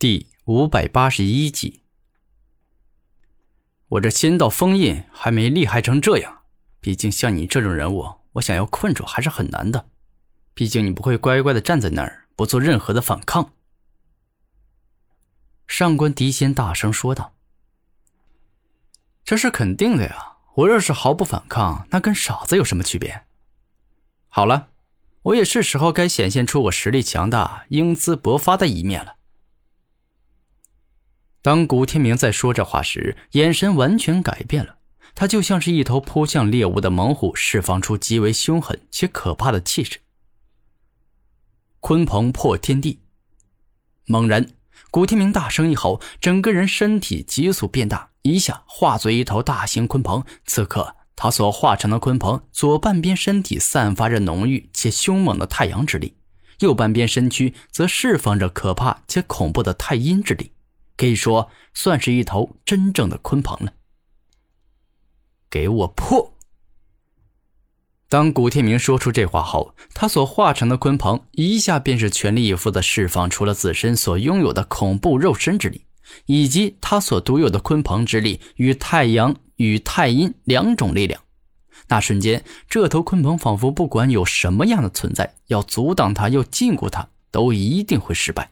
第581集。我这仙道封印还没厉害成这样，毕竟像你这种人物，我想要困住还是很难的。毕竟你不会乖乖的站在那儿，不做任何的反抗。上官迪仙大声说道。这是肯定的呀，我若是毫不反抗，那跟傻子有什么区别？好了，我也是时候该显现出我实力强大、英姿勃发的一面了。当古天明在说这话时，眼神完全改变了，他就像是一头扑向猎物的猛虎，释放出极为凶狠且可怕的气势。鲲鹏破天地。猛然，古天明大声一吼，整个人身体急速变大，一下化作一头大型鲲鹏。此刻他所化成的鲲鹏，左半边身体散发着浓郁且凶猛的太阳之力，右半边身躯则释放着可怕且恐怖的太阴之力，可以说算是一头真正的鲲鹏了。给我破！当古天明说出这话后，他所化成的鲲鹏一下便是全力以赴地释放出了自身所拥有的恐怖肉身之力，以及他所独有的鲲鹏之力与太阳与太阴两种力量。那瞬间，这头鲲鹏仿佛不管有什么样的存在，要阻挡他又禁锢他，都一定会失败。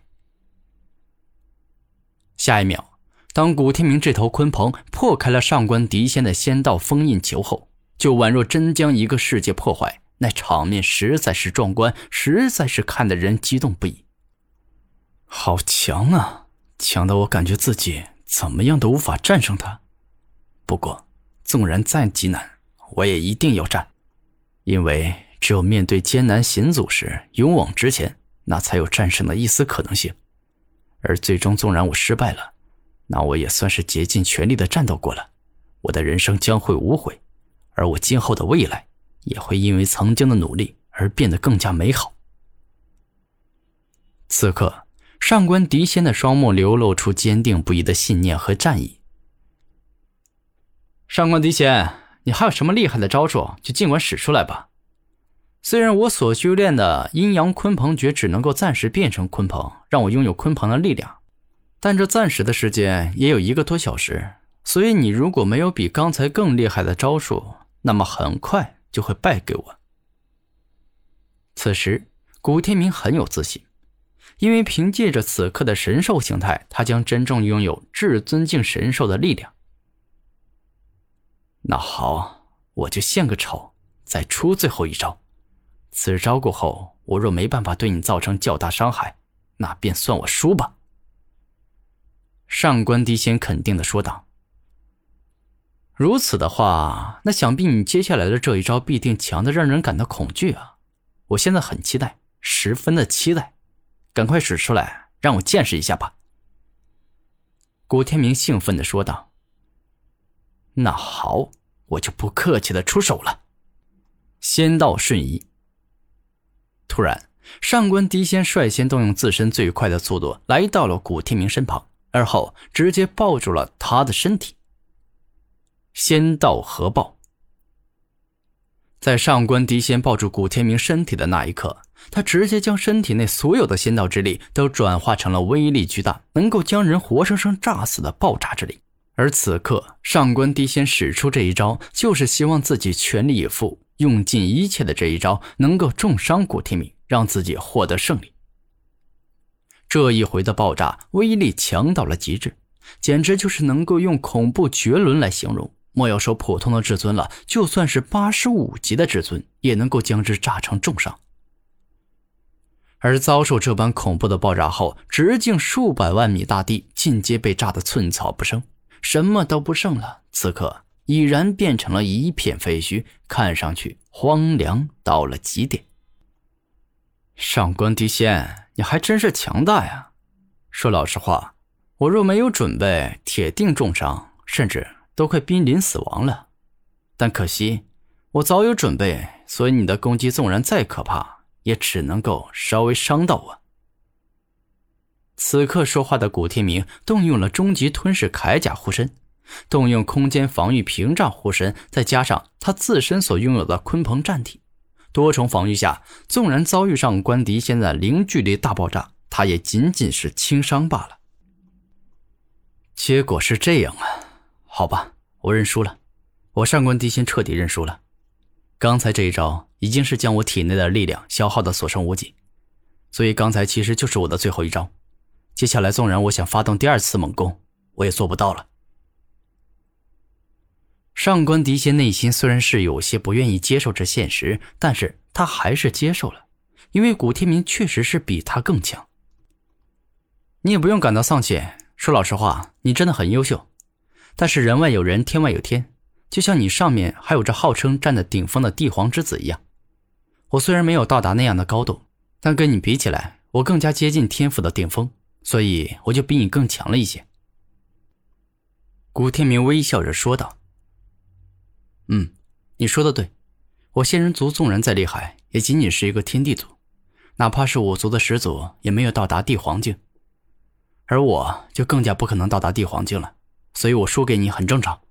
下一秒，当古天明这头鲲鹏破开了上官迪仙的仙道封印球后，就宛若真将一个世界破坏，那场面实在是壮观，实在是看得人激动不已。好强啊，强到我感觉自己怎么样都无法战胜他。不过纵然再极难，我也一定要战，因为只有面对艰难险阻时勇往直前，那才有战胜的一丝可能性。而最终纵然我失败了，那我也算是竭尽全力的战斗过了，我的人生将会无悔，而我今后的未来也会因为曾经的努力而变得更加美好。此刻，上官迪仙的双目流露出坚定不移的信念和战意。上官迪仙，你还有什么厉害的招数，就尽管使出来吧。虽然我所修炼的阴阳鲲鹏诀只能够暂时变成鲲鹏，让我拥有鲲鹏的力量，但这暂时的时间也有1个多小时，所以你如果没有比刚才更厉害的招数，那么很快就会败给我。此时古天明很有自信，因为凭借着此刻的神兽形态，他将真正拥有至尊境神兽的力量。那好，我就献个丑，再出最后一招。此招过后，我若没办法对你造成较大伤害，那便算我输吧。上官迪仙肯定地说道。如此的话，那想必你接下来的这一招必定强得让人感到恐惧啊！我现在很期待，十分的期待，赶快使出来，让我见识一下吧。古天明兴奋地说道。那好，我就不客气地出手了。仙道瞬移。突然，上官迪仙率先动用自身最快的速度来到了古天明身旁，而后直接抱住了他的身体。仙道合抱。在上官迪仙抱住古天明身体的那一刻，他直接将身体内所有的仙道之力都转化成了威力巨大，能够将人活生生炸死的爆炸之力。而此刻上官迪仙使出这一招，就是希望自己全力以赴，用尽一切的这一招能够重伤古天明，让自己获得胜利。这一回的爆炸威力强到了极致，简直就是能够用恐怖绝伦来形容。莫要说普通的至尊了，就算是85级的至尊也能够将之炸成重伤。而遭受这般恐怖的爆炸后，直径数百万米大地尽皆被炸得寸草不生，什么都不剩了。此刻已然变成了一片废墟，看上去荒凉到了极点。上官迪仙，你还真是强大呀！说老实话，我若没有准备，铁定重伤，甚至都快濒临死亡了。但可惜我早有准备，所以你的攻击纵然再可怕，也只能够稍微伤到我。此刻说话的古天明动用了终极吞噬铠甲护身，动用空间防御屏障护身，再加上他自身所拥有的鲲鹏战体，多重防御下，纵然遭遇上官迪仙的零距离大爆炸，他也仅仅是轻伤罢了。 结果是这样啊，好吧，我认输了，我上官迪仙彻底认输了。刚才这一招已经是将我体内的力量消耗得所剩无几，所以刚才其实就是我的最后一招。接下来纵然我想发动第二次猛攻，我也做不到了。上官迪仙内心虽然是有些不愿意接受这现实，但是他还是接受了，因为古天明确实是比他更强。你也不用感到丧气，说老实话，你真的很优秀。但是人外有人，天外有天，就像你上面还有着号称站在顶峰的帝皇之子一样。我虽然没有到达那样的高度，但跟你比起来，我更加接近天赋的顶峰，所以我就比你更强了一些。古天明微笑着说道。你说的对，我仙人族纵然再厉害，也仅仅是一个天地族，哪怕是五族的始祖，也没有到达帝皇境。而我就更加不可能到达帝皇境了，所以我输给你很正常。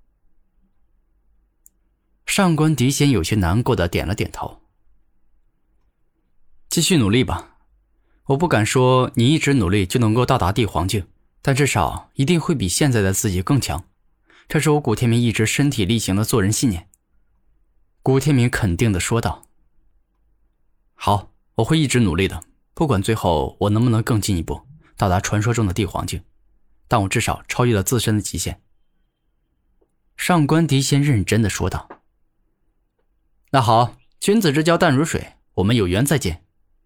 上官迪仙有些难过的点了点头。继续努力吧，我不敢说你一直努力就能够到达帝皇境，但至少一定会比现在的自己更强。这是我古天明一直身体力行的做人信念。古天明肯定地说道。好，我会一直努力的，不管最后我能不能更进一步到达传说中的帝皇境，但我至少超越了自身的极限。上官迪仙认真地说道。那好，君子之交淡如水，我们有缘再见。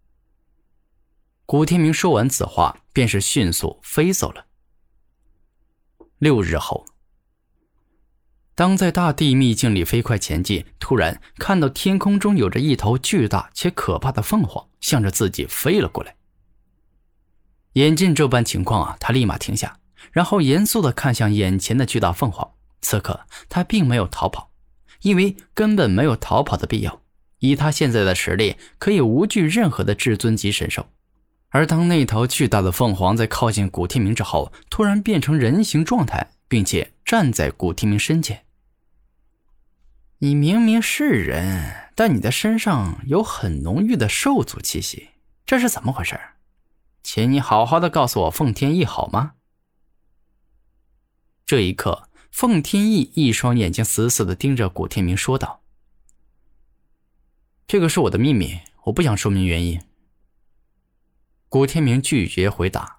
古天明说完此话，便是迅速飞走了。6日后，当在大地秘境里飞快前进，突然看到天空中有着一头巨大且可怕的凤凰向着自己飞了过来。眼见这般情况他立马停下，然后严肃地看向眼前的巨大凤凰。此刻他并没有逃跑，因为根本没有逃跑的必要，以他现在的实力可以无惧任何的至尊级神兽。而当那头巨大的凤凰在靠近古天明之后，突然变成人形状态，并且站在古天明身前。你明明是人，但你的身上有很浓郁的兽族气息，这是怎么回事？请你好好的告诉我凤天翼好吗？这一刻，凤天翼一双眼睛死死地盯着古天明说道。这个是我的秘密，我不想说明原因。古天明拒绝回答。